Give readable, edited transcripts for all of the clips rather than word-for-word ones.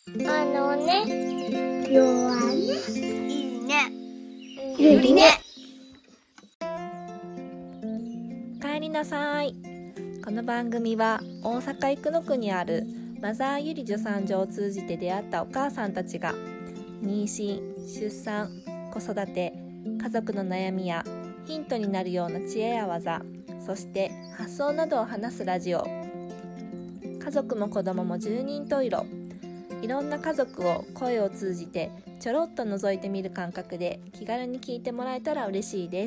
弱ね。 いいね。 ゆりね。 帰りなさい。この番組は大阪生野区にあるマザーゆり助産所を通じて出会ったお母さんたちが妊娠、出産、子育て、家族の悩みやヒントになるような知恵や技、そして発想などを話すラジオ。家族も子供も十人十色。いろんな家族を声を通じてちょろっと覗いてみる感覚で気軽に聞いてもらえたら嬉しいです。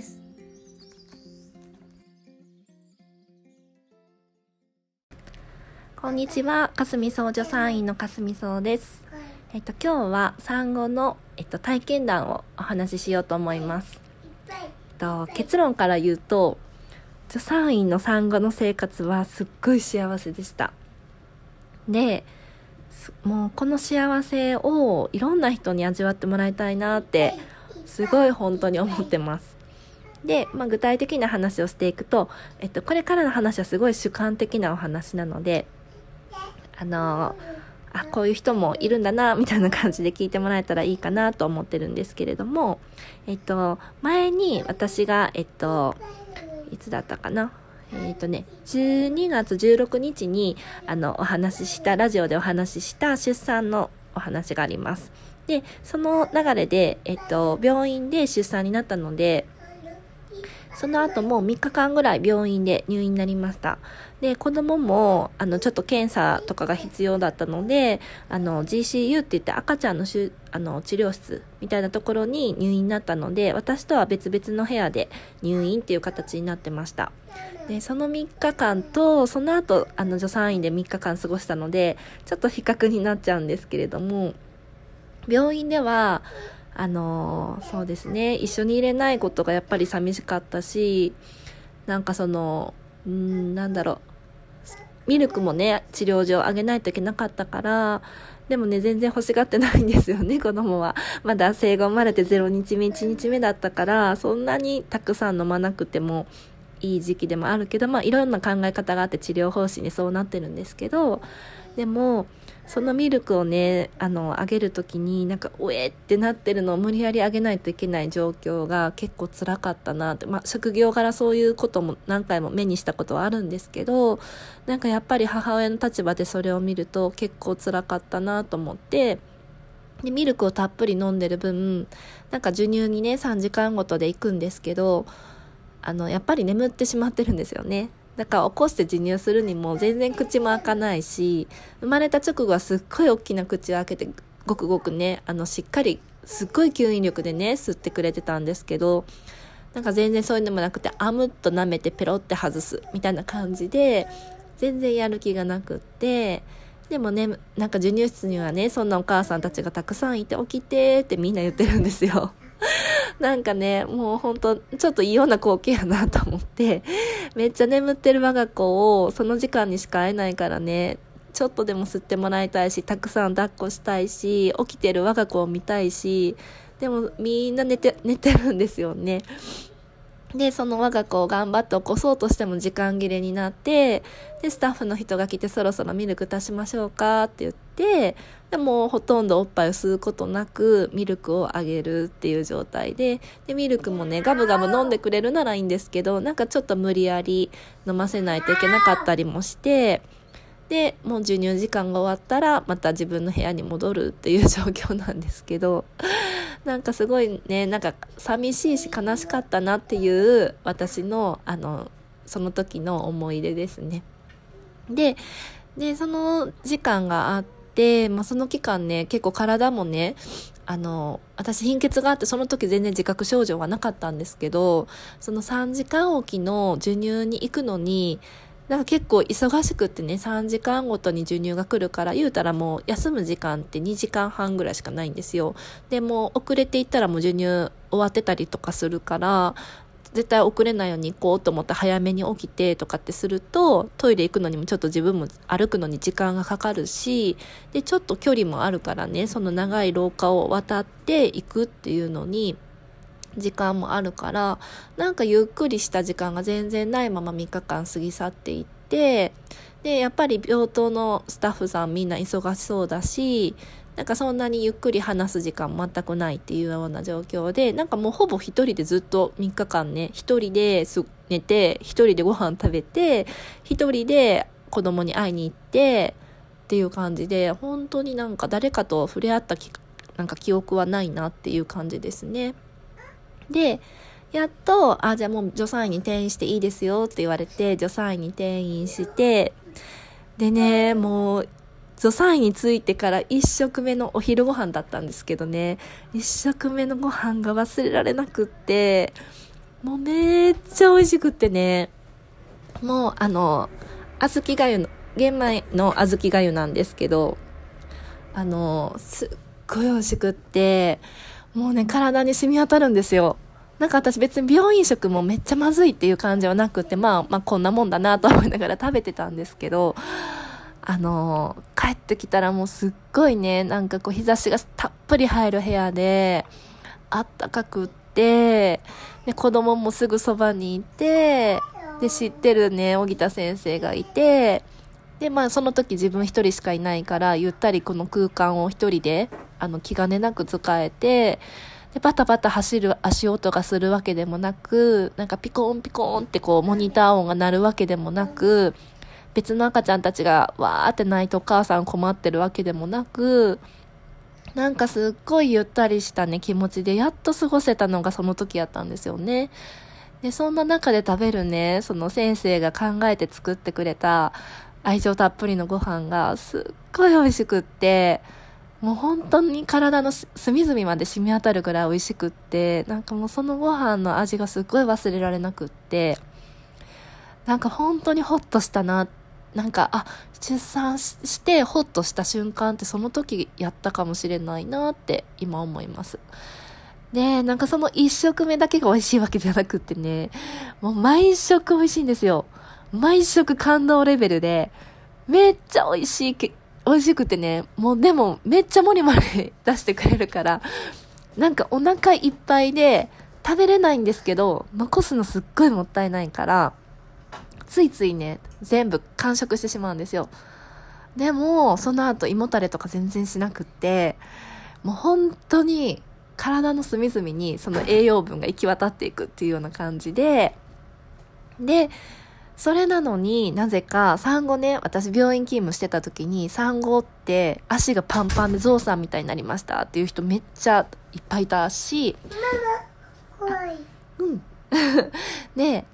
こんにちは、かすみそう助産院のかすみそうです。今日は産後の、体験談をお話ししようと思います。結論から言うと、助産院の産後の生活はすっごい幸せでした。で、もうこの幸せをいろんな人に味わってもらいたいなってすごい本当に思ってます。で、具体的な話をしていくと、これからの話はすごい主観的なお話なので、こういう人もいるんだなみたいな感じで聞いてもらえたらいいかなと思ってるんですけれども、前に私がいつだったかな、12月16日にラジオでお話しした出産のお話があります。で、その流れで病院で出産になったので、その後も3日間ぐらい病院で入院になりました。で、子供もちょっと検査とかが必要だったので、GCU って言って赤ちゃんの治療室みたいなところに入院になったので、私とは別々の部屋で入院っていう形になってました。で、その3日間とその後助産院で3日間過ごしたので、ちょっと比較になっちゃうんですけれども、病院ではそうですね、一緒にいれないことがやっぱり寂しかったし、ミルクもね、治療上あげないといけなかったから、でもね、全然欲しがってないんですよね、子供は。まだ生後生まれて0日目、1日目だったから、そんなにたくさん飲まなくてもいい時期でもあるけど、いろんな考え方があって治療方針にそうなってるんですけど、でも、そのミルクをね、あげるときにおえってなってるのを無理やりあげないといけない状況が結構辛かったなって、職業柄そういうことも何回も目にしたことはあるんですけど、やっぱり母親の立場でそれを見ると結構辛かったなと思って、でミルクをたっぷり飲んでる分、授乳にね3時間ごとで行くんですけど、やっぱり眠ってしまってるんですよね。だから起こして授乳するにも全然口も開かないし、生まれた直後はすっごい大きな口を開けてごくごくね、しっかりすっごい吸引力でね吸ってくれてたんですけど、全然そういうのもなくて、あむっと舐めてペロって外すみたいな感じで全然やる気がなくって、でもね、授乳室にはね、そんなお母さんたちがたくさんいて、起きてってみんな言ってるんですよ。もう本当ちょっと異様な光景やなと思って、めっちゃ眠ってる我が子をその時間にしか会えないからね、ちょっとでも吸ってもらいたいし、たくさん抱っこしたいし、起きてる我が子を見たいし、でもみんな寝てるんですよね。で、その我が子を頑張って起こそうとしても時間切れになって、で、スタッフの人が来て、そろそろミルク足しましょうかって言って、でもほとんどおっぱいを吸うことなくミルクをあげるっていう状態で、ミルクもね、ガブガブ飲んでくれるならいいんですけど、ちょっと無理やり飲ませないといけなかったりもして、で、もう授乳時間が終わったらまた自分の部屋に戻るっていう状況なんですけど、すごいね、寂しいし悲しかったなっていう私のその時の思い出ですね。で、その時間があって、その期間ね、結構体もね、私貧血があって、その時全然自覚症状はなかったんですけど、その3時間おきの授乳に行くのに結構忙しくってね、3時間ごとに授乳が来るから、言うたらもう休む時間って2時間半ぐらいしかないんですよ。でも遅れていったらもう授乳終わってたりとかするから、絶対遅れないように行こうと思って早めに起きてとかってすると、トイレ行くのにもちょっと自分も歩くのに時間がかかるし、でちょっと距離もあるからね、その長い廊下を渡っていくっていうのに時間もあるから、ゆっくりした時間が全然ないまま3日間過ぎ去っていって、でやっぱり病棟のスタッフさんみんな忙しそうだし、 なんかそんなにゆっくり話す時間全くないっていうような状況で、なんかもうほぼ一人でずっと3日間ね、一人で寝て、一人でご飯食べて、一人で子供に会いに行ってっていう感じで、本当になんか誰かと触れ合ったなんか記憶はないなっていう感じですね。で、やっと、じゃあもう助産院に転院していいですよって言われて、助産院に転院して、でね、もう、助産院に着いてから一食目のお昼ご飯だったんですけどね、一食目のご飯が忘れられなくって、もうめっちゃ美味しくってね、もう小豆がゆの、玄米の小豆がゆなんですけど、すっごい美味しくって、もうね、体に染み渡るんですよ。なんか私別に病院食もめっちゃまずいっていう感じはなくて、まあこんなもんだなと思いながら食べてたんですけど、帰ってきたらもうすっごいね、なんかこう日差しがたっぷり入る部屋で、あったかくって、で、子供もすぐそばにいて、で、知ってるね、荻田先生がいて、で、まあその時自分一人しかいないから、ゆったりこの空間を一人で、気兼ねなく使えて、で、パタパタ走る足音がするわけでもなく、なんかピコーンピコーンってこうモニター音が鳴るわけでもなく、別の赤ちゃんたちがわーって泣いてお母さん困ってるわけでもなく、なんかすっごいゆったりしたね気持ちでやっと過ごせたのがその時やったんですよね。で、そんな中で食べるね、その先生が考えて作ってくれた愛情たっぷりのご飯がすっごい美味しくって、もう本当に体の隅々まで染み渡るぐらい美味しくって、なんかもうそのご飯の味がすっごい忘れられなくって、なんか本当にホッとしたな。なんか、出産してホッとした瞬間ってその時やったかもしれないなって今思います。で、なんかその一食目だけが美味しいわけじゃなくってね、もう毎食美味しいんですよ。毎食感動レベルで、めっちゃ美味しくてね、もうでもめっちゃモリモリ出してくれるから、なんかお腹いっぱいで食べれないんですけど、残すのすっごいもったいないから、ついついね、全部完食してしまうんですよ。でも、その後胃もたれとか全然しなくって、もう本当に体の隅々にその栄養分が行き渡っていくっていうような感じで、で、それなのになぜか産後ね、私病院勤務してた時に産後って足がパンパンでゾウさんみたいになりましたっていう人めっちゃいっぱいいたし、 怖い。 うん。で、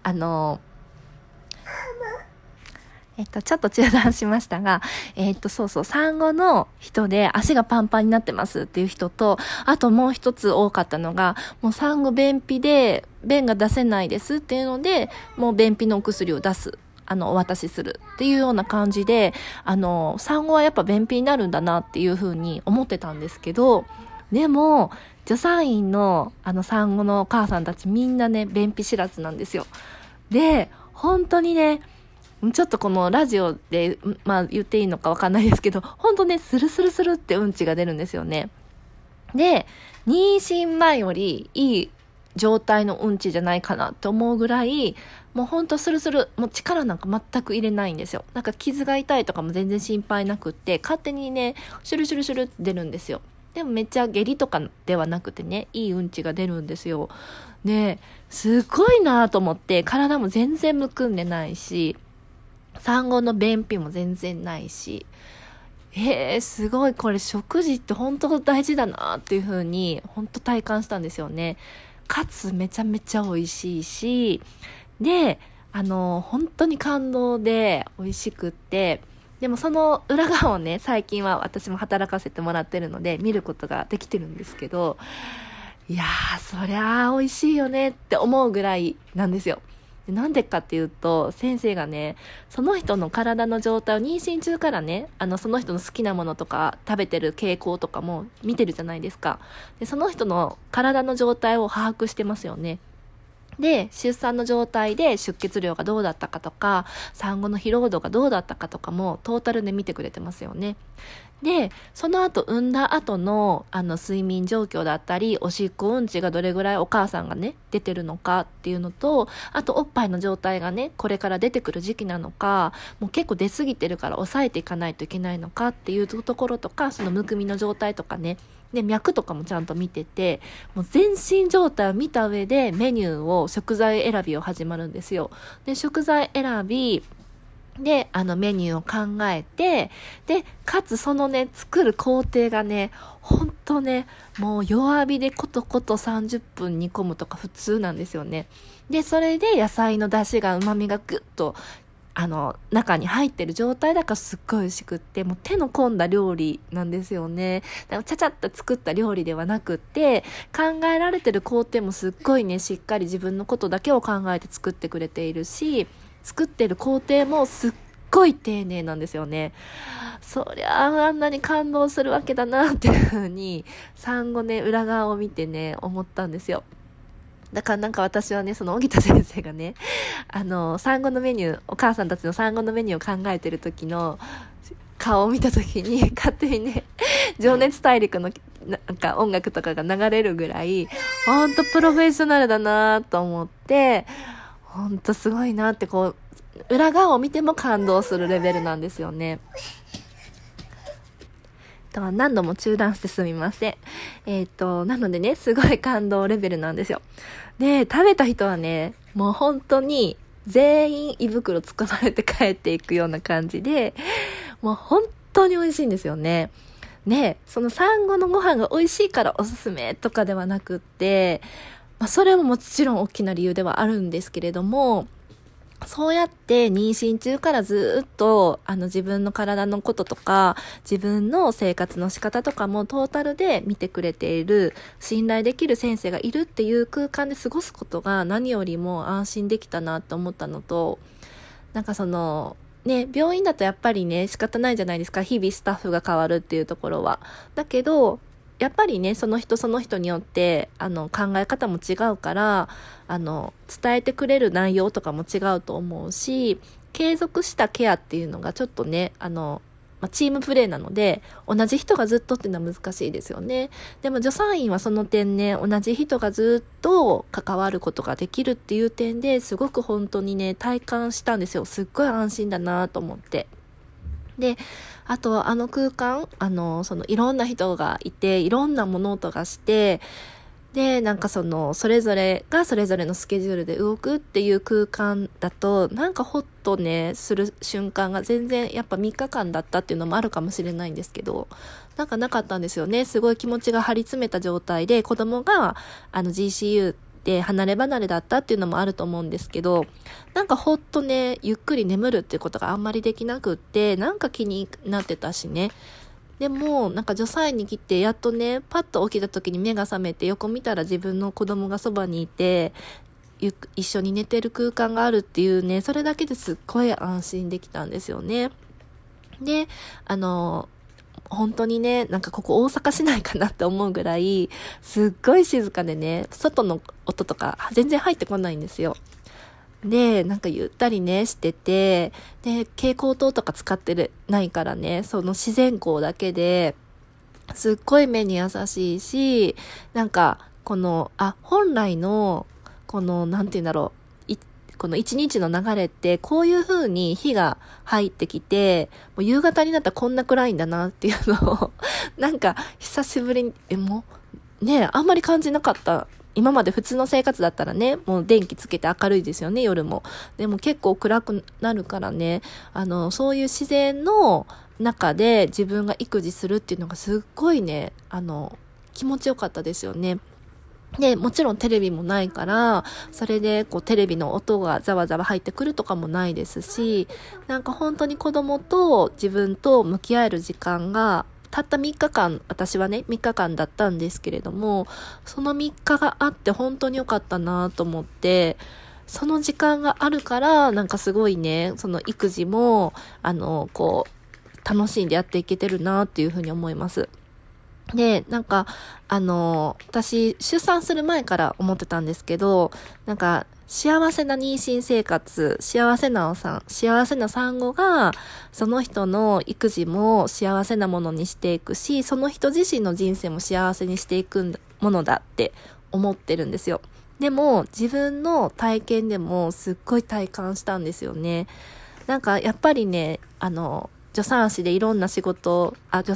ちょっと中断しましたが、そうそう、産後の人で足がパンパンになってますっていう人と、あともう一つ多かったのが、もう産後便秘で、便が出せないですっていうので、もう便秘のお薬を出す。お渡しするっていうような感じで、産後はやっぱ便秘になるんだなっていうふうに思ってたんですけど、でも、助産院の産後のお母さんたちみんなね、便秘知らずなんですよ。で、本当にね、ちょっとこのラジオで、まあ言っていいのかわかんないですけど、ほんとね、スルスルスルってうんちが出るんですよね。で、妊娠前よりいい状態のうんちじゃないかなって思うぐらい、もうほんとスルスル、もう力なんか全く入れないんですよ。なんか傷が痛いとかも全然心配なくって、勝手にね、シュルシュルシュルって出るんですよ。でもめっちゃ下痢とかではなくてね、いいうんちが出るんですよ。で、すごいなと思って、体も全然むくんでないし、産後の便秘も全然ないし、すごいこれ食事って本当大事だなっていう風に本当体感したんですよね。かつめちゃめちゃ美味しいし、で、本当に感動で美味しくって、でもその裏側をね、最近は私も働かせてもらってるので見ることができてるんですけど、いやー、そりゃ美味しいよねって思うぐらいなんですよ。なんでかっていうと、先生がね、その人の体の状態を妊娠中からね、その人の好きなものとか食べてる傾向とかも見てるじゃないですか。で、その人の体の状態を把握してますよね。で、出産の状態で出血量がどうだったかとか、産後の疲労度がどうだったかとかもトータルで見てくれてますよね。 で、その後産んだ後の睡眠状況だったり、おしっこうんちがどれぐらいお母さんがね、出てるのかっていうのと、あとおっぱいの状態がね、これから出てくる時期なのか、もう結構出過ぎてるから抑えていかないといけないのかっていうところとか、そのむくみの状態とかね、で、脈とかもちゃんと見てて、もう全身状態を見た上でメニューを、食材選びを始まるんですよ。で、食材選び、で、メニューを考えて、で、かつそのね、作る工程がね、ほんとね、もう弱火でコトコト30分煮込むとか普通なんですよね。で、それで野菜の出汁が旨味がぐっと、中に入ってる状態だからすっごい美味しくって、もう手の込んだ料理なんですよね。だからちゃちゃっと作った料理ではなくって、考えられてる工程もすっごいね、しっかり自分のことだけを考えて作ってくれているし、作ってる工程もすっごい丁寧なんですよね。そりゃあんなに感動するわけだなっていう風に産後ね、裏側を見てね、思ったんですよ。だからなんか私はね、その荻田先生がね、産後のメニュー、お母さんたちの産後のメニューを考えてる時の顔を見た時に勝手にね、情熱大陸のなんか音楽とかが流れるぐらい、ほんとプロフェッショナルだなと思って、ほんとすごいなってこう、裏側を見ても感動するレベルなんですよね。とは何度も中断してすみません。なのでね、すごい感動レベルなんですよ。で、食べた人はね、もう本当に全員胃袋突っ込まれて帰っていくような感じで、もう本当に美味しいんですよね。で、その産後のご飯が美味しいからおすすめとかではなくって、それももちろん大きな理由ではあるんですけれども、そうやって妊娠中からずっと自分の体のこととか自分の生活の仕方とかもトータルで見てくれている信頼できる先生がいるっていう空間で過ごすことが何よりも安心できたなと思ったのと、なんかそのね、病院だとやっぱりね仕方ないじゃないですか、日々スタッフが変わるっていうところは。だけどやっぱりね、その人その人によって、考え方も違うから、伝えてくれる内容とかも違うと思うし、継続したケアっていうのがちょっとね、チームプレーなので、同じ人がずっとっていうのは難しいですよね。でも助産院はその点ね、同じ人がずっと関わることができるっていう点ですごく本当にね、体感したんですよ。すっごい安心だなと思って。で、あと空間、いろんな人がいて、いろんな物音がして、で、なんかそれぞれがそれぞれのスケジュールで動くっていう空間だと、なんかほっとね、する瞬間が全然やっぱ3日間だったっていうのもあるかもしれないんですけど、なんかなかったんですよね。すごい気持ちが張り詰めた状態で、子供がGCUで離れ離れだったっていうのもあると思うんですけど、なんかほっとね、ゆっくり眠るっていうことがあんまりできなくって、なんか気になってたしね。でもなんか助産院に来てやっとね、パッと起きた時に目が覚めて横見たら自分の子供がそばにいて、一緒に寝てる空間があるっていうね、それだけですっごい安心できたんですよね。で、本当にね、なんかここ大阪市内かなって思うぐらい、すっごい静かでね、外の音とか全然入ってこないんですよ。で、なんかゆったりね、してて、で、蛍光灯とか使ってないからね、その自然光だけで、すっごい目に優しいし、なんか、本来の、なんて言うんだろう、この一日の流れって、こういう風に日が入ってきて、もう夕方になったらこんな暗いんだなっていうのを、なんか、久しぶりに、あんまり感じなかった。今まで普通の生活だったらね、もう電気つけて明るいですよね、夜も。でも結構暗くなるからね、そういう自然の中で自分が育児するっていうのがすっごいね、気持ちよかったですよね。で、もちろんテレビもないから、それでテレビの音がざわざわ入ってくるとかもないですし、なんか本当に子供と自分と向き合える時間が、たった3日間、私はね、3日間だったんですけれども、その3日があって本当に良かったなと思って、その時間があるから、なんかすごいね、その育児も、楽しんでやっていけてるなっていうふうに思います。 で、なんか、私、出産する前から思ってたんですけど、なんか、幸せな妊娠生活、幸せな産後が、その人の育児も幸せなものにしていくし、その人自身の人生も幸せにしていくものだって思ってるんですよ。でも、自分の体験でもすっごい体感したんですよね。なんか、やっぱりね、助産師でいろんな人と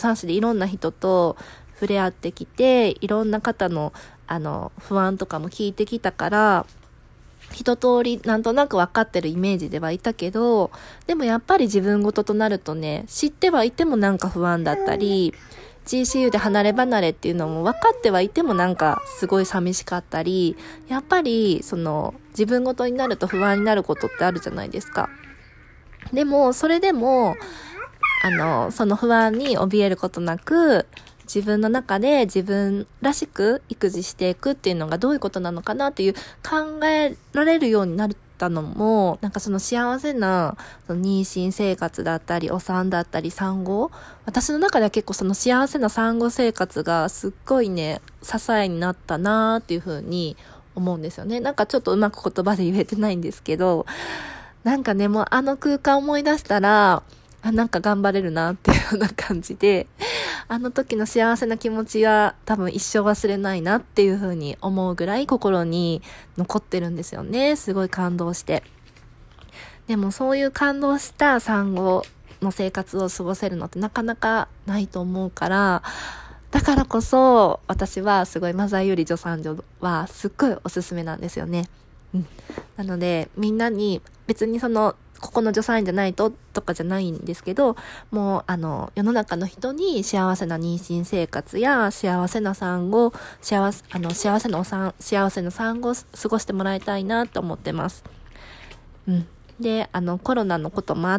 触れ合ってきて、いろんな方の、不安とかも聞いてきたから、一通りなんとなく分かってるイメージではいたけど、でもやっぱり自分事となるとね、知ってはいてもなんか不安だったり、GCU で離れ離れっていうのも分かってはいてもなんかすごい寂しかったり、やっぱり自分事になると不安になることってあるじゃないですか。でも、それでも、その不安に怯えることなく、自分の中で自分らしく育児していくっていうのがどういうことなのかなっていう考えられるようになったのも、なんかその幸せな妊娠生活だったり、お産だったり、産後。私の中では結構その幸せな産後生活がすっごいね、支えになったなーっていうふうに思うんですよね。なんかちょっとうまく言葉で言えてないんですけど、なんかね、もうあの空間思い出したら、なんか頑張れるなっていうような感じで、あの時の幸せな気持ちは多分一生忘れないなっていう風に思うぐらい心に残ってるんですよね。すごい感動して。でもそういう感動した産後の生活を過ごせるのってなかなかないと思うから、だからこそ私はすごいマザーより助産所はすっごいおすすめなんですよね。なのでみんなに別にここの助産院じゃないとかじゃないんですけど、もう世の中の人に幸せな妊娠生活や幸せな産後、幸せな産後を過ごしてもらいたいなと思ってます。で、コロナのこともあって、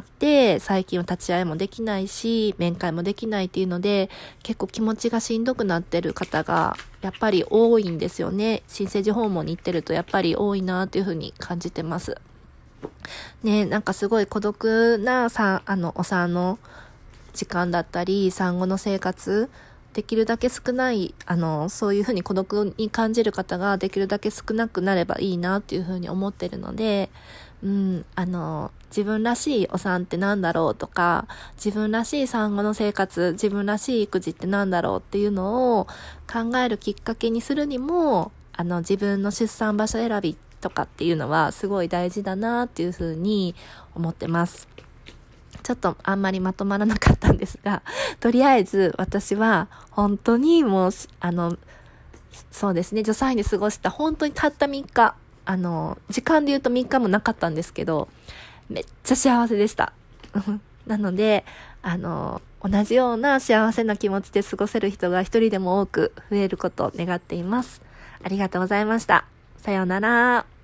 最近は立ち会いもできないし、面会もできないっていうので、結構気持ちがしんどくなってる方が、やっぱり多いんですよね。新生児訪問に行ってると、やっぱり多いなっていうふうに感じてます。ね、なんかすごい孤独なお産の時間だったり、産後の生活、できるだけ少ない、そういうふうに孤独に感じる方ができるだけ少なくなればいいなっていうふうに思ってるので、自分らしいお産ってなんだろうとか、自分らしい産後の生活、自分らしい育児ってなんだろうっていうのを考えるきっかけにするにも、自分の出産場所選びとかっていうのはすごい大事だなっていうふうに思ってます。ちょっとあんまりまとまらなかったんですが、とりあえず私は本当にもう、そうですね、助産院で過ごした本当にたった3日、時間で言うと3日もなかったんですけど、めっちゃ幸せでした。なので、同じような幸せな気持ちで過ごせる人が一人でも多く増えることを願っています。ありがとうございました。さようなら。